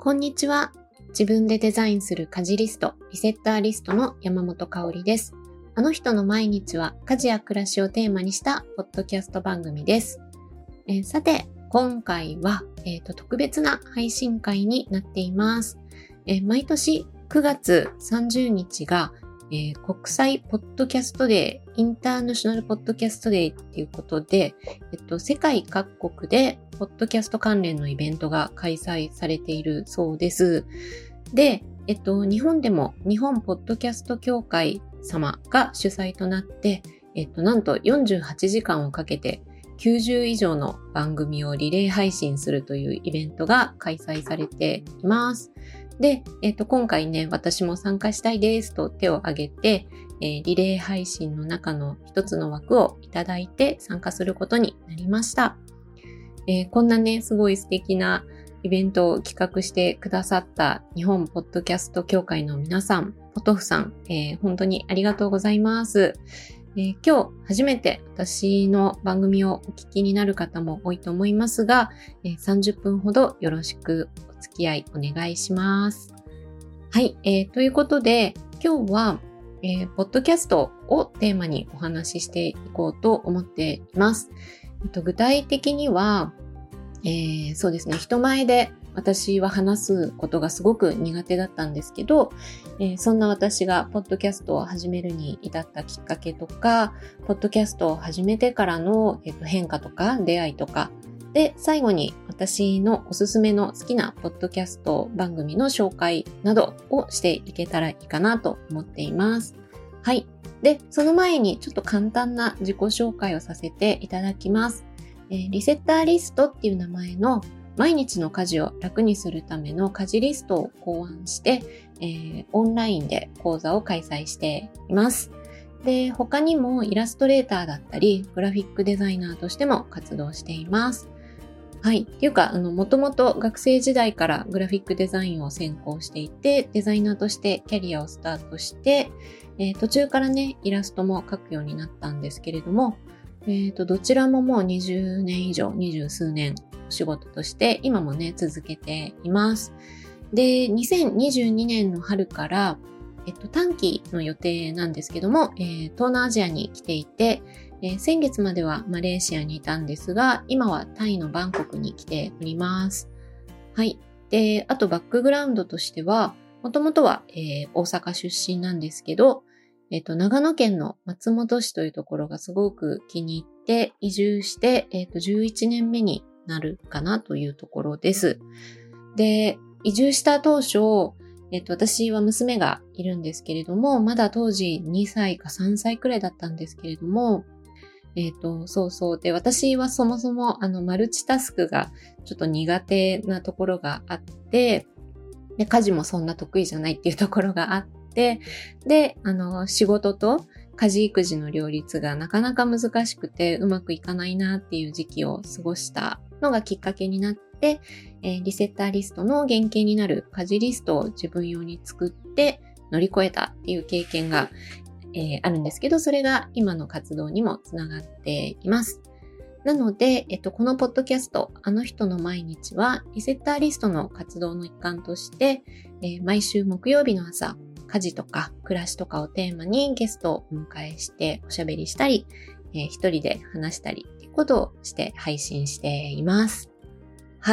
こんにちは。自分でデザインする家事リスト、リセッターリストの山本香里です。あの人の毎日は家事や暮らしをテーマにしたポッドキャスト番組です。さて、今回は、特別な配信会になっています。毎年9月30日が、国際ポッドキャストデー、インターナショナルポッドキャストデーっていうことで、世界各国でポッドキャスト関連のイベントが開催されているそうです。で、日本でも日本ポッドキャスト協会様が主催となって、なんと48時間をかけて90以上の番組をリレー配信するというイベントが開催されています。で、今回ね、私も参加したいですと手を挙げて、リレー配信の中の一つの枠をいただいて参加することになりました。こんなね、すごい素敵なイベントを企画してくださった日本ポッドキャスト協会の皆さん、ポトフさん、本当にありがとうございます。今日初めて私の番組をお聞きになる方も多いと思いますが、30分ほどよろしくお付き合いお願いします。はい、ということで今日は、ポッドキャストをテーマにお話ししていこうと思っています。具体的には、そうですね、人前で私は話すことがすごく苦手だったんですけど、そんな私がポッドキャストを始めるに至ったきっかけとか、ポッドキャストを始めてからの、変化とか出会いとか、で、最後に私のおすすめの好きなポッドキャスト番組の紹介などをしていけたらいいかなと思っています。はい。で、その前にちょっと簡単な自己紹介をさせていただきます。リセッターリストっていう名前の毎日の家事を楽にするための家事リストを考案して、オンラインで講座を開催しています。で、他にもイラストレーターだったり、グラフィックデザイナーとしても活動しています。はい。っていうか、もともと学生時代からグラフィックデザインを専攻していて、デザイナーとしてキャリアをスタートして、途中からね、イラストも描くようになったんですけれども、どちらももう20年以上、20数年お仕事として今もね、続けています。で、2022年の春から、短期の予定なんですけども、東南アジアに来ていて、先月まではマレーシアにいたんですが、今はタイのバンコクに来ております。はい。で、あとバックグラウンドとしては、もともとは、大阪出身なんですけど、長野県の松本市というところがすごく気に入って移住して、11年目になるかなというところです。で、移住した当初、私は娘がいるんですけれども、まだ当時2歳か3歳くらいだったんですけれども、そうそう。で、私はそもそもマルチタスクがちょっと苦手なところがあって、で、家事もそんな得意じゃないっていうところがあって、で、仕事と家事育児の両立がなかなか難しくてうまくいかないなっていう時期を過ごしたのがきっかけになって、リセッターリストの原型になる家事リストを自分用に作って乗り越えたっていう経験が、あるんですけど、それが今の活動にもつながっています。なので、このポッドキャスト、あの人の毎日は、リセッターリストの活動の一環として、毎週木曜日の朝、家事とか暮らしとかをテーマにゲストをお迎えしておしゃべりしたり、一人で話したりっていうことをして配信しています。はい。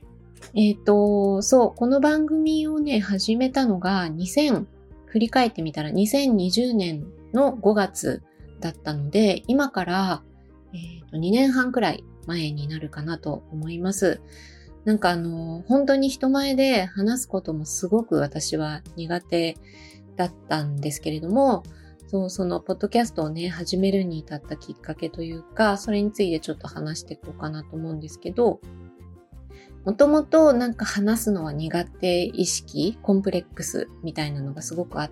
そう、この番組をね、始めたのが振り返ってみたら2020年の5月だったので、今から2年半くらい前になるかなと思います。なんか本当に人前で話すこともすごく私は苦手だったんですけれども、そのポッドキャストをね、始めるに至ったきっかけというか、それについてちょっと話していこうかなと思うんですけど、もともとなんか話すのは苦手意識、コンプレックスみたいなのがすごくあって、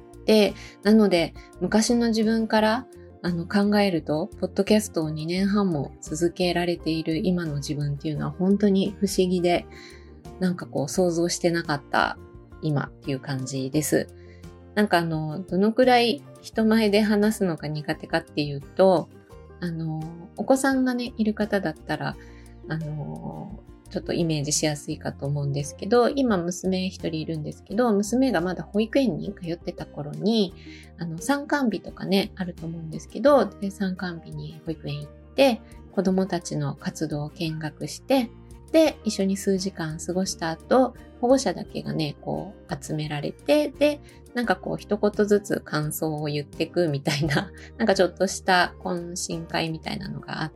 なので昔の自分から考えると、ポッドキャストを2年半も続けられている今の自分っていうのは本当に不思議で、なんかこう想像してなかった今っていう感じです。なんかどのくらい人前で話すのが苦手かっていうと、お子さんがね、いる方だったら、ちょちょっとイメージしやすいかと思うんですけど、今娘一人いるんですけど、娘がまだ保育園に通ってた頃に、参観日とかね、あると思うんですけど、で参観日に保育園行って、子供たちの活動を見学して、で、一緒に数時間過ごした後、保護者だけがね、こう集められて、で、なんかこう一言ずつ感想を言ってくみたいな、なんかちょっとした懇親会みたいなのがあって、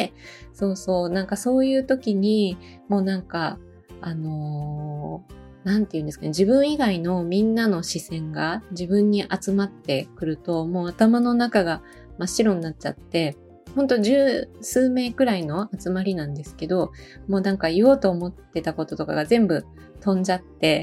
なんかそういう時に、もうなんか、なんて言うんですかね、自分以外のみんなの視線が自分に集まってくると、もう頭の中が真っ白になっちゃって、ほんと十数名くらいの集まりなんですけど、もうなんか言おうと思ってたこととかが全部飛んじゃって、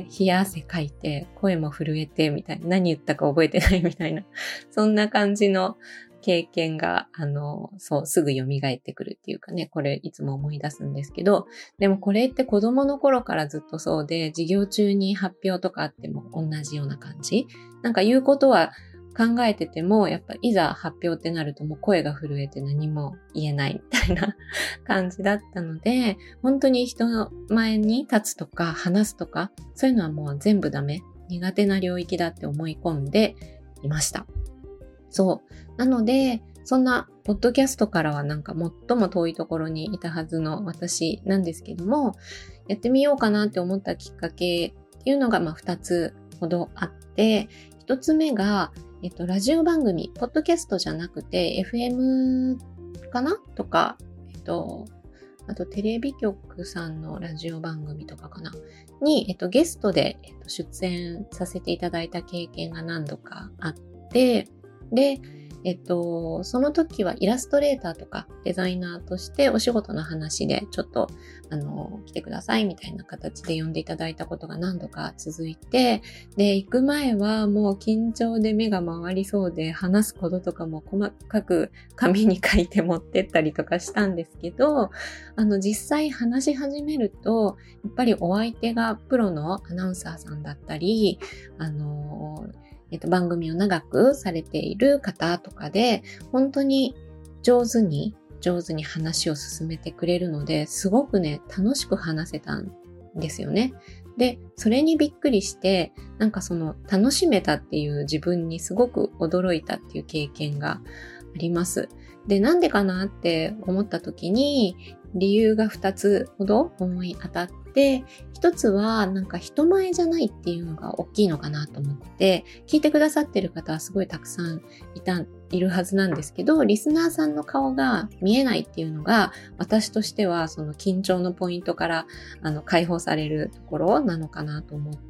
冷や汗かいて、声も震えてみたいな、何言ったか覚えてないみたいな、そんな感じの経験が、すぐ蘇ってくるっていうかね、これいつも思い出すんですけど、でもこれって子供の頃からずっとそうで、授業中に発表とかあっても同じような感じ。なんか言うことは考えてても、やっぱいざ発表ってなるともう声が震えて何も言えないみたいな感じだったので、本当に人の前に立つとか話すとか、そういうのはもう全部ダメ。苦手な領域だって思い込んでいました。そう。なので、そんなポッドキャストからはなんか最も遠いところにいたはずの私なんですけども、やってみようかなって思ったきっかけっていうのが2つほどあって、1つ目が、ラジオ番組、ポッドキャストじゃなくて FM かなとか、あとテレビ局さんのラジオ番組とかかなに、ゲストで、出演させていただいた経験が何度かあって、で、その時はイラストレーターとかデザイナーとしてお仕事の話でちょっと来てくださいみたいな形で呼んでいただいたことが何度か続いて、で、行く前はもう緊張で目が回りそうで話すこととかも細かく紙に書いて持ってったりとかしたんですけど、実際話し始めると、やっぱりお相手がプロのアナウンサーさんだったり、番組を長くされている方とかで、本当に上手に話を進めてくれるので、すごくね、楽しく話せたんですよね。で、それにびっくりして、なんか楽しめたっていう自分にすごく驚いたっていう経験があります。で、なんでかなって思った時に、理由が2つほど思い当たって、1つはなんか人前じゃないっていうのが大きいのかなと思って、聞いてくださってる方はすごいたくさんいるはずなんですけど、リスナーさんの顔が見えないっていうのが、私としてはその緊張のポイントから解放されるところなのかなと思って、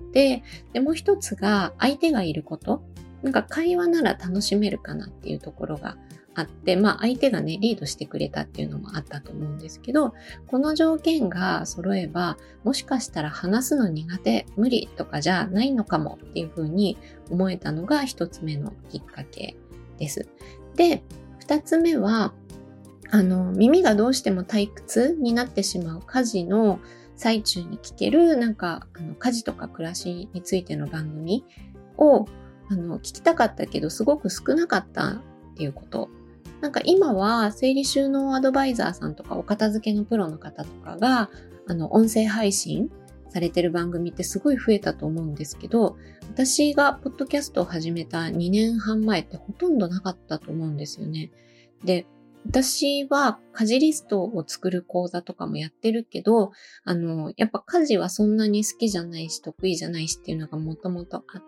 で、もう1つが相手がいること。なんか会話なら楽しめるかなっていうところがあって、相手がね、リードしてくれたっていうのもあったと思うんですけど、この条件が揃えば、もしかしたら話すの苦手、無理とかじゃないのかもっていうふうに思えたのが一つ目のきっかけです。で、二つ目は、耳がどうしても退屈になってしまう家事の最中に聞ける、なんか、家事とか暮らしについての番組を、聞きたかったけど、すごく少なかったっていうこと。なんか今は整理収納アドバイザーさんとかお片付けのプロの方とかが音声配信されてる番組ってすごい増えたと思うんですけど、私がポッドキャストを始めた2年半前ってほとんどなかったと思うんですよね。で、私は家事リストを作る講座とかもやってるけど、やっぱ家事はそんなに好きじゃないし得意じゃないしっていうのがもともとあって、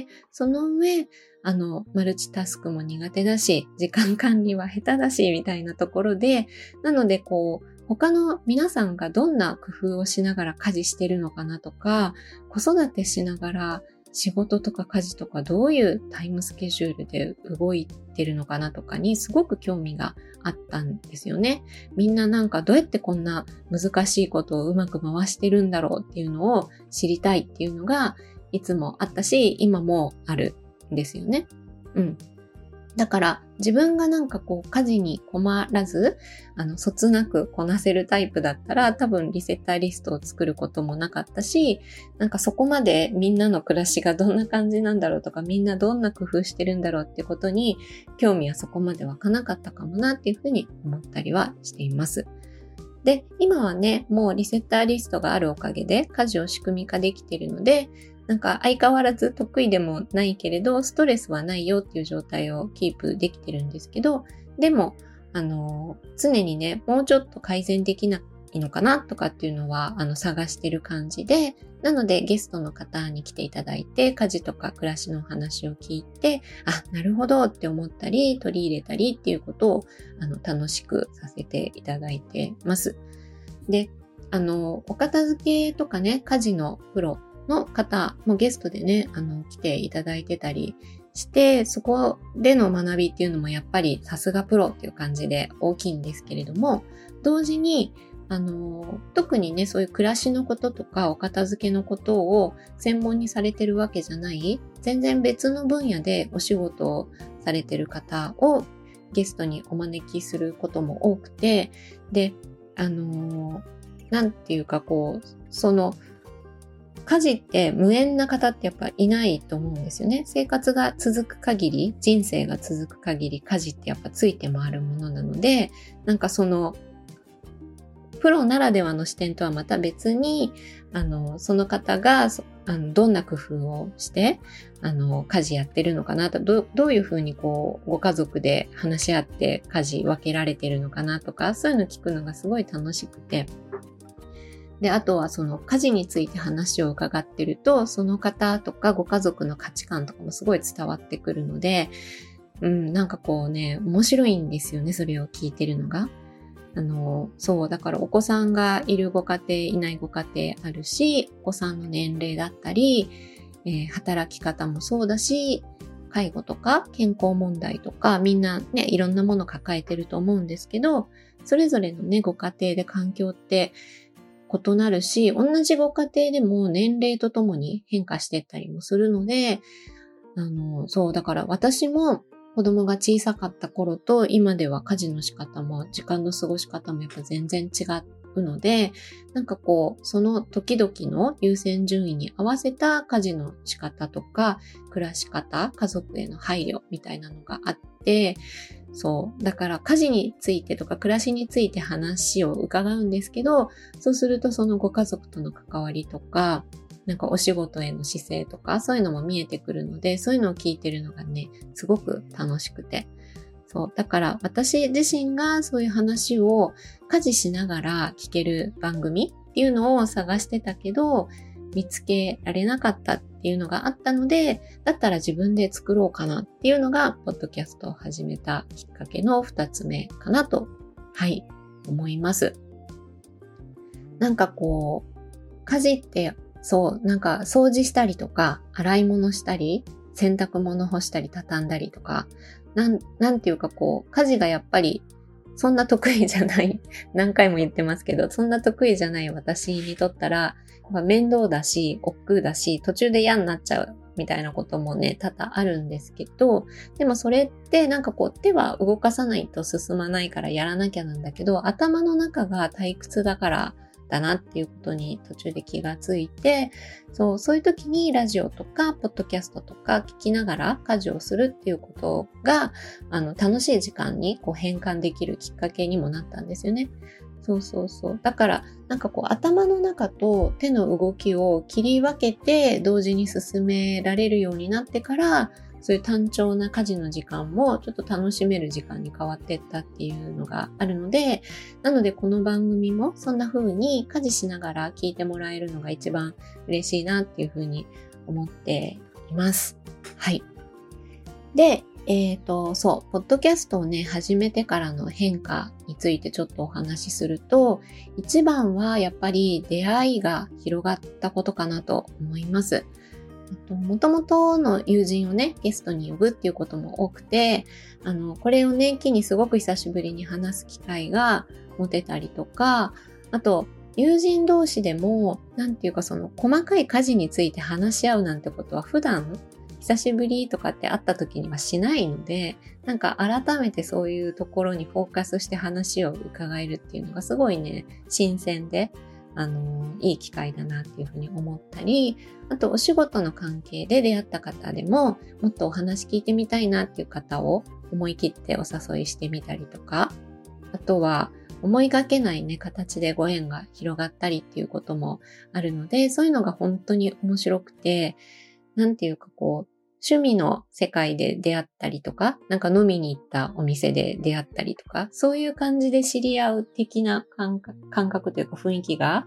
その上、マルチタスクも苦手だし、時間管理は下手だし、みたいなところで、なので他の皆さんがどんな工夫をしながら家事してるのかなとか、子育てしながら仕事とか家事とかどういうタイムスケジュールで動いてるのかなとかにすごく興味があったんですよね。みんななんかどうやってこんな難しいことをうまく回してるんだろうっていうのを知りたいっていうのがいつもあったし、今もあるんですよね。だから自分がなんか家事に困らず、そつなくこなせるタイプだったら多分リセッターリストを作ることもなかったし、なんかそこまでみんなの暮らしがどんな感じなんだろうとか、みんなどんな工夫してるんだろうっていうことに興味はそこまで湧かなかったかもなっていうふうに思ったりはしています。 で、今はね、もうリセッターリストがあるおかげで家事を仕組み化できているので、なんか相変わらず得意でもないけれど、ストレスはないよっていう状態をキープできてるんですけど、でも、常にね、もうちょっと改善できないのかなとかっていうのは、探してる感じで、なのでゲストの方に来ていただいて、家事とか暮らしのお話を聞いて、あ、なるほどって思ったり、取り入れたりっていうことを、楽しくさせていただいてます。で、お片付けとかね、家事のプロの方もゲストでね、来ていただいてたりして、そこでの学びっていうのもやっぱりさすがプロっていう感じで大きいんですけれども、同時に、特にね、そういう暮らしのこととかお片付けのことを専門にされてるわけじゃない、全然別の分野でお仕事をされてる方をゲストにお招きすることも多くて、で、なんていうか家事って無縁な方ってやっぱいないと思うんですよね。生活が続く限り、人生が続く限り、家事ってやっぱついて回るものなので、なんかプロならではの視点とはまた別に、その方が、どんな工夫をして、家事やってるのかなと、どういうふうにご家族で話し合って家事分けられてるのかなとか、そういうの聞くのがすごい楽しくて、で、あとは家事について話を伺ってると、その方とかご家族の価値観とかもすごい伝わってくるので、なんか面白いんですよね、それを聞いてるのが。だからお子さんがいるご家庭、いないご家庭あるし、お子さんの年齢だったり、働き方もそうだし、介護とか健康問題とか、みんなね、いろんなもの抱えてると思うんですけど、それぞれのね、ご家庭で環境って異なるし、同じご家庭でも年齢とともに変化していったりもするので、だから私も子供が小さかった頃と今では家事の仕方も時間の過ごし方もやっぱ全然違うので、なんかその時々の優先順位に合わせた家事の仕方とか暮らし方、家族への配慮みたいなのがあって、だから家事についてとか暮らしについて話を伺うんですけど、そうするとそのご家族との関わりとか、なんかお仕事への姿勢とか、そういうのも見えてくるので、そういうのを聞いてるのがね、すごく楽しくて。だから私自身がそういう話を家事しながら聞ける番組っていうのを探してたけど、見つけられなかったっていうのがあったので、だったら自分で作ろうかなっていうのが、ポッドキャストを始めたきっかけの2つ目かなと、思います。なんか家事ってなんか掃除したりとか、洗い物したり、洗濯物干したり、畳んだりとか、なんていうか家事がやっぱりそんな得意じゃない、何回も言ってますけど、そんな得意じゃない私にとったら、面倒だし、億劫だし、途中で嫌になっちゃうみたいなこともね、多々あるんですけど、でもそれってなんか手は動かさないと進まないからやらなきゃなんだけど、頭の中が退屈だからだなっていうことに途中で気がついて、そういう時にラジオとかポッドキャストとか聞きながら家事をするっていうことが楽しい時間に変換できるきっかけにもなったんですよね。だからなんか頭の中と手の動きを切り分けて同時に進められるようになってから、そういう単調な家事の時間もちょっと楽しめる時間に変わっていったっていうのがあるので、なのでこの番組もそんな風に家事しながら聞いてもらえるのが一番嬉しいなっていう風に思っています。はい。で、ポッドキャストをね、始めてからの変化についてちょっとお話しすると、一番はやっぱり出会いが広がったことかなと思います。もともとの友人をね、ゲストに呼ぶっていうことも多くて、これをね、機にすごく久しぶりに話す機会が持てたりとか、あと、友人同士でも、なんていうか細かい家事について話し合うなんてことは普段、久しぶりとかって会った時にはしないので、なんか改めてそういうところにフォーカスして話を伺えるっていうのがすごいね、新鮮で、いい機会だなっていうふうに思ったり、あとお仕事の関係で出会った方でも、もっとお話聞いてみたいなっていう方を思い切ってお誘いしてみたりとか、あとは思いがけないね、形でご縁が広がったりっていうこともあるので、そういうのが本当に面白くて、なんていうか趣味の世界で出会ったりとか、なんか飲みに行ったお店で出会ったりとか、そういう感じで知り合う的な感覚というか雰囲気が、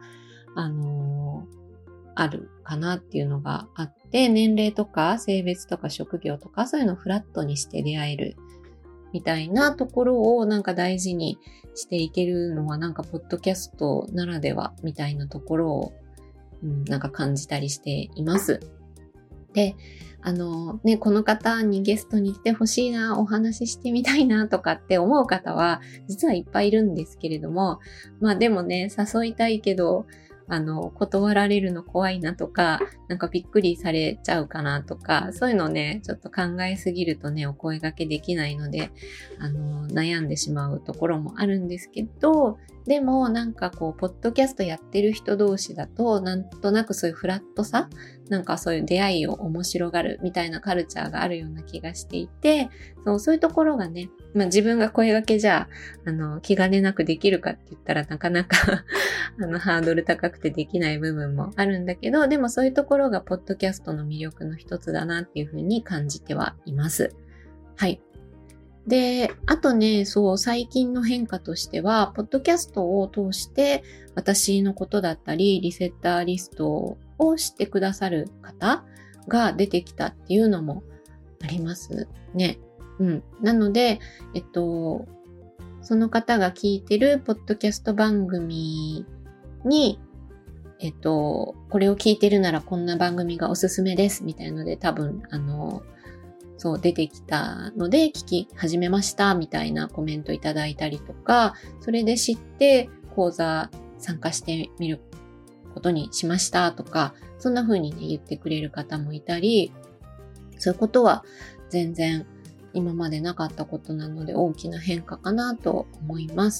あるかなっていうのがあって、年齢とか性別とか職業とかそういうのをフラットにして出会えるみたいなところをなんか大事にしていけるのはなんかポッドキャストならではみたいなところを、なんか感じたりしています。で、この方にゲストに来てほしいな、お話ししてみたいなとかって思う方は実はいっぱいいるんですけれども、まあでもね、誘いたいけど、断られるの怖いなとか、なんかびっくりされちゃうかなとか、そういうのね、ちょっと考えすぎるとね、お声掛けできないので、悩んでしまうところもあるんですけど、でもなんかポッドキャストやってる人同士だと、なんとなくそういうフラットさ、なんかそういう出会いを面白がるみたいなカルチャーがあるような気がしていて、そういうところがね、まあ自分が声掛けじゃ、気兼ねなくできるかって言ったらなかなかハードル高くてできない部分もあるんだけど、でもそういうところがポッドキャストの魅力の一つだなっていうふうに感じてはいます。はい。で、あとね、最近の変化としては、ポッドキャストを通して私のことだったり、リセッターリストを知ってくださる方が出てきたっていうのもありますね。なので、その方が聞いてるポッドキャスト番組に、これを聞いてるならこんな番組がおすすめですみたいので多分、出てきたので聞き始めましたみたいなコメントいただいたりとか、それで知って講座参加してみることにしましたとか、そんな風にね、言ってくれる方もいたり、そういうことは全然今までなかったことなので大きな変化かなと思います。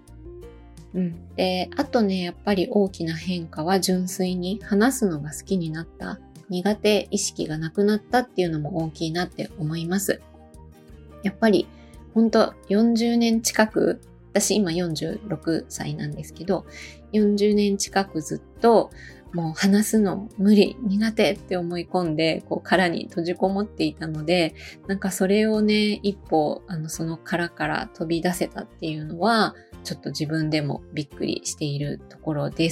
で、あとね、やっぱり大きな変化は純粋に話すのが好きになった、苦手意識がなくなったっていうのも大きいなって思います。やっぱり本当40年近く、私今46歳なんですけど、40年近くずっともう話すの無理、苦手って思い込んで、殻に閉じこもっていたので、なんかそれをね、一歩、その殻から飛び出せたっていうのは、ちょっと自分でもびっくりしているところです。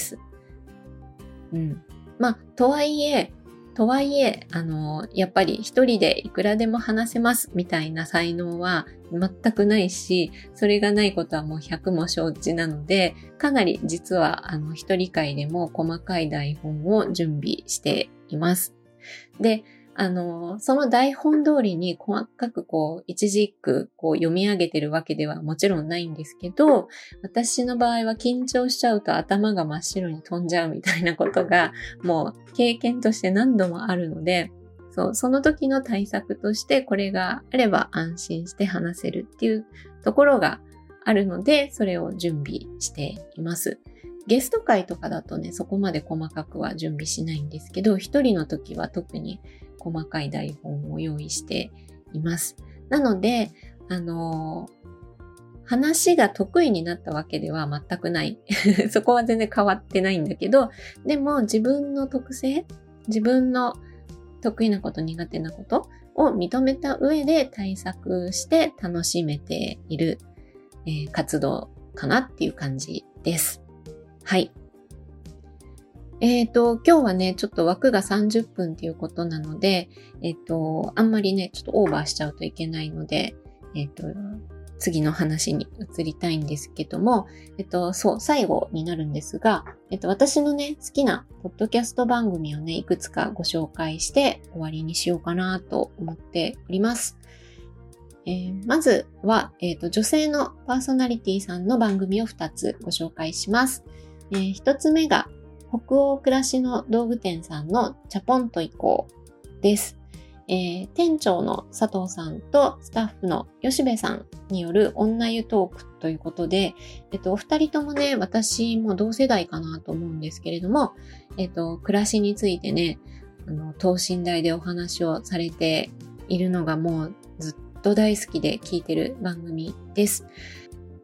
まあ、とはいえ、やっぱり一人でいくらでも話せますみたいな才能は全くないし、それがないことはもう100も承知なので、かなり実は一人会でも細かい台本を準備しています。で、その台本通りに細かく一字一句読み上げてるわけではもちろんないんですけど、私の場合は緊張しちゃうと頭が真っ白に飛んじゃうみたいなことがもう経験として何度もあるので、その時の対策としてこれがあれば安心して話せるっていうところがあるので、それを準備しています。ゲスト会とかだとね、そこまで細かくは準備しないんですけど、一人の時は特に細かい台本を用意しています。なので、話が得意になったわけでは全くない。そこは全然変わってないんだけど、でも自分の特性、自分の得意なこと、苦手なことを認めた上で対策して楽しめている、活動かなっていう感じです。はい。今日はね、ちょっと枠が30分っていうことなので、あんまりね、ちょっとオーバーしちゃうといけないので、次の話に移りたいんですけども、最後になるんですが、私のね、好きなポッドキャスト番組をね、いくつかご紹介して終わりにしようかなと思っております。まずは、女性のパーソナリティさんの番組を2つご紹介します。1つ目が、北欧暮らしの道具店さんのチャポンと行こうです。店長の佐藤さんとスタッフの吉部さんによる女湯トークということで、お二人ともね、私も同世代かなと思うんですけれども、暮らしについてね、等身大でお話をされているのがもうずっと大好きで聞いてる番組です。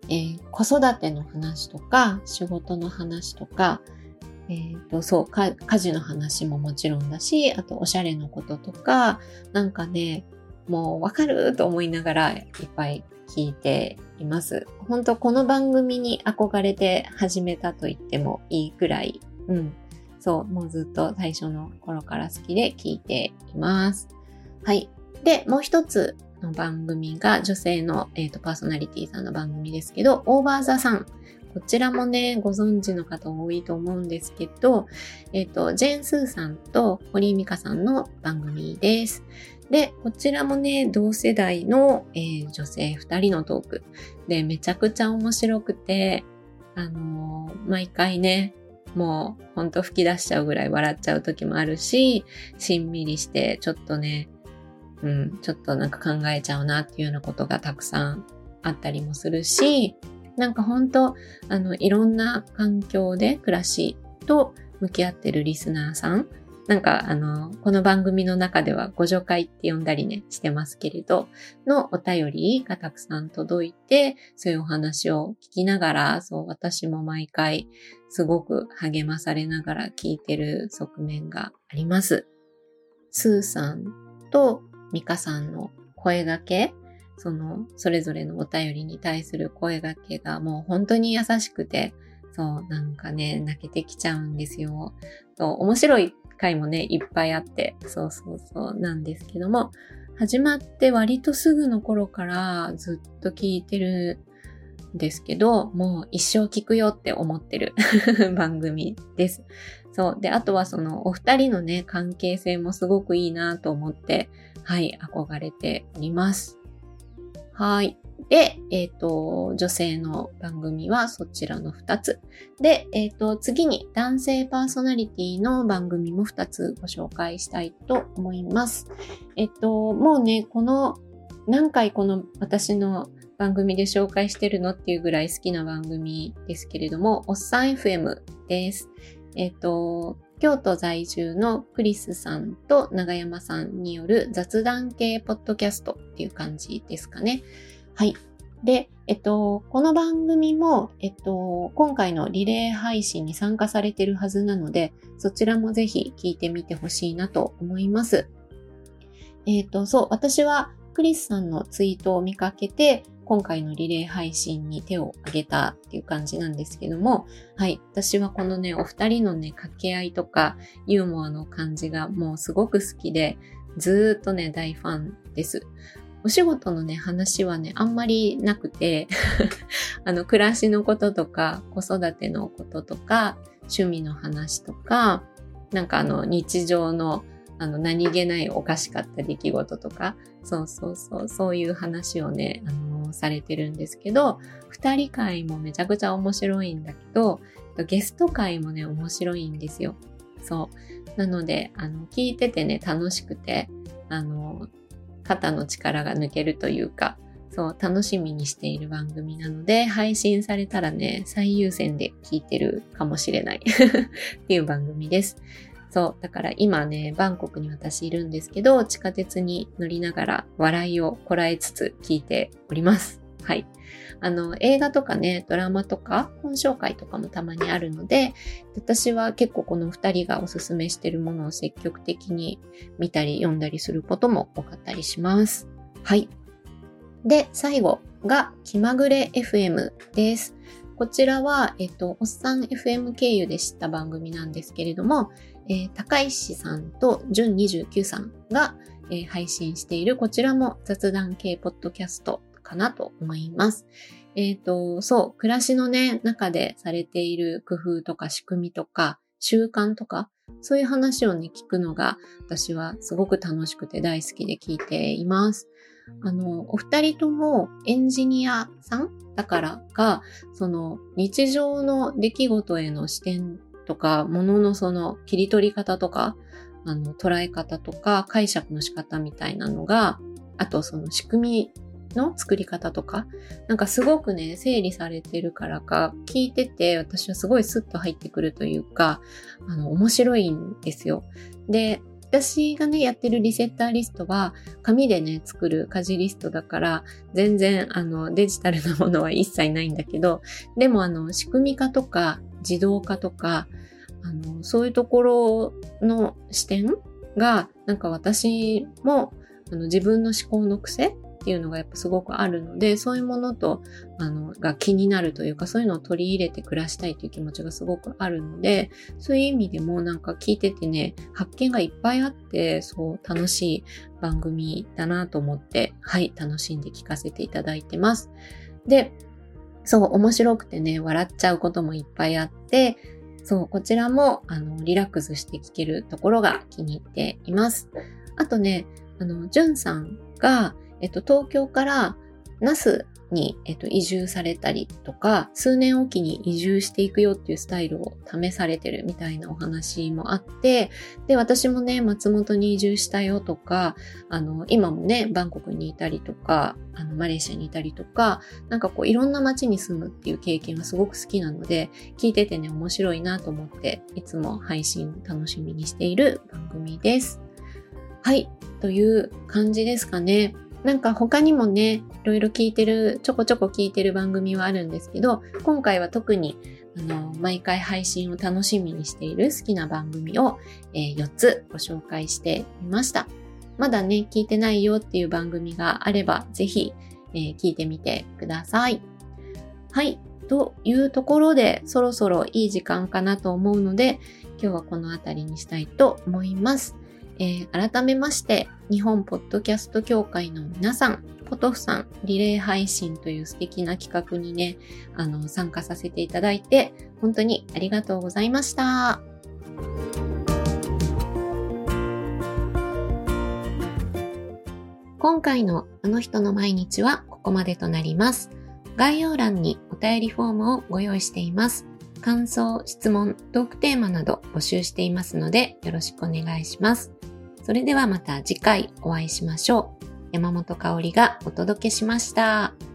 子育ての話とか、仕事の話とか、家事の話ももちろんだし、あとおしゃれのこととか、なんかね、もうわかると思いながらいっぱい聞いています。本当この番組に憧れて始めたと言ってもいいくらい、もうずっと最初の頃から好きで聞いています。はい。で、もう一つの番組が女性の、パーソナリティさんの番組ですけど、オーバーザさん。こちらもね、ご存知の方多いと思うんですけど、ジェーン・スーさんと堀井美香さんの番組です。で、こちらもね、同世代の、女性2人のトークでめちゃくちゃ面白くて、毎回ね、もうほんと吹き出しちゃうぐらい笑っちゃう時もあるし、しんみりしてちょっとね、ちょっとなんか考えちゃうなっていうようなことがたくさんあったりもするし、なんかほんと、いろんな環境で暮らしと向き合ってるリスナーさん、なんかこの番組の中ではご助会って呼んだりね、してますけれど、のお便りがたくさん届いて、そういうお話を聞きながら、私も毎回すごく励まされながら聞いてる側面があります。スーさんとミカさんの声掛け、それぞれのお便りに対する声掛けがもう本当に優しくて、なんかね、泣けてきちゃうんですよ。面白い回もね、いっぱいあって、なんですけども、始まって割とすぐの頃からずっと聞いてるんですけど、もう一生聞くよって思ってる番組です。で、あとはお二人のね、関係性もすごくいいなと思って、はい、憧れております。はい。で、女性の番組はそちらの2つ。で、次に男性パーソナリティの番組も2つご紹介したいと思います。もうね、何回この私の番組で紹介してるのっていうぐらい好きな番組ですけれども、おっさん FM です。京都在住のクリスさんと長山さんによる雑談系ポッドキャストっていう感じですかね。はい。で、この番組も、今回のリレー配信に参加されているはずなので、そちらもぜひ聞いてみてほしいなと思います。私はクリスさんのツイートを見かけて、今回のリレー配信に手を挙げたっていう感じなんですけども、はい。私はこのね、お二人のね、掛け合いとか、ユーモアの感じがもうすごく好きで、ずーっとね、大ファンです。お仕事のね、話はね、あんまりなくて、暮らしのこととか、子育てのこととか、趣味の話とか、なんか日常の何気ないおかしかった出来事とか、そういう話をね、されてるんですけど、二人会もめちゃくちゃ面白いんだけど、ゲスト会もね、面白いんですよ。なので、聞いててね、楽しくて、肩の力が抜けるというか、楽しみにしている番組なので、配信されたらね、最優先で聞いてるかもしれないっていう番組です。だから今ね、バンコクに私いるんですけど、地下鉄に乗りながら笑いをこらえつつ聞いております。はい。映画とかね、ドラマとか、本紹介とかもたまにあるので、私は結構この二人がおすすめしてるものを積極的に見たり読んだりすることも多かったりします。はい。で、最後が気まぐれ FM です。こちらは、おっさん FM 経由で知った番組なんですけれども、高石さんと純29さんが、配信しているこちらも雑談系ポッドキャストかなと思います。暮らしのね、中でされている工夫とか仕組みとか習慣とか、そういう話をね、聞くのが私はすごく楽しくて大好きで聞いています。お二人ともエンジニアさんだからか、日常の出来事への視点とか、ものの切り取り方とか、捉え方とか、解釈の仕方みたいなのが、あと仕組みの作り方とか、なんかすごくね、整理されてるからか、聞いてて私はすごいスッと入ってくるというか、面白いんですよ。で、 私がね、やってるリセッターリストは、紙でね、作る家事リストだから、全然、デジタルなものは一切ないんだけど、でも、仕組み化とか、自動化とか、そういうところの視点が、なんか私も、自分の思考の癖っていうのがやっぱすごくあるので、そういうものと、が気になるというか、そういうのを取り入れて暮らしたいという気持ちがすごくあるので、そういう意味でもなんか聞いててね、発見がいっぱいあって、そう楽しい番組だなと思って、はい、楽しんで聞かせていただいてます。で、そう、面白くてね、笑っちゃうこともいっぱいあって、そう、こちらも、リラックスして聞けるところが気に入っています。あとね、じゅんさんが、東京から那須に、移住されたりとか、数年おきに移住していくよっていうスタイルを試されてるみたいなお話もあって、で、私もね、松本に移住したよとか、今もね、バンコクにいたりとか、マレーシアにいたりとか、なんかこう、いろんな街に住むっていう経験がすごく好きなので、聞いててね、面白いなと思って、いつも配信を楽しみにしている番組です。はい、という感じですかね。なんか他にもね、いろいろちょこちょこ聞いてる番組はあるんですけど、今回は特に、毎回配信を楽しみにしている好きな番組を、4つご紹介してみました。まだね、聞いてないよっていう番組があれば、ぜひ、聞いてみてください。はい。というところで、そろそろいい時間かなと思うので、今日はこの辺りにしたいと思います。改めまして、日本ポッドキャスト協会の皆さん、ポトフさん、リレー配信という素敵な企画にね、参加させていただいて、本当にありがとうございました。今回のあの人の毎日はここまでとなります。概要欄にお便りフォームをご用意しています。感想、質問、トークテーマなど募集していますのでよろしくお願いします。それではまた次回お会いしましょう。山本香織がお届けしました。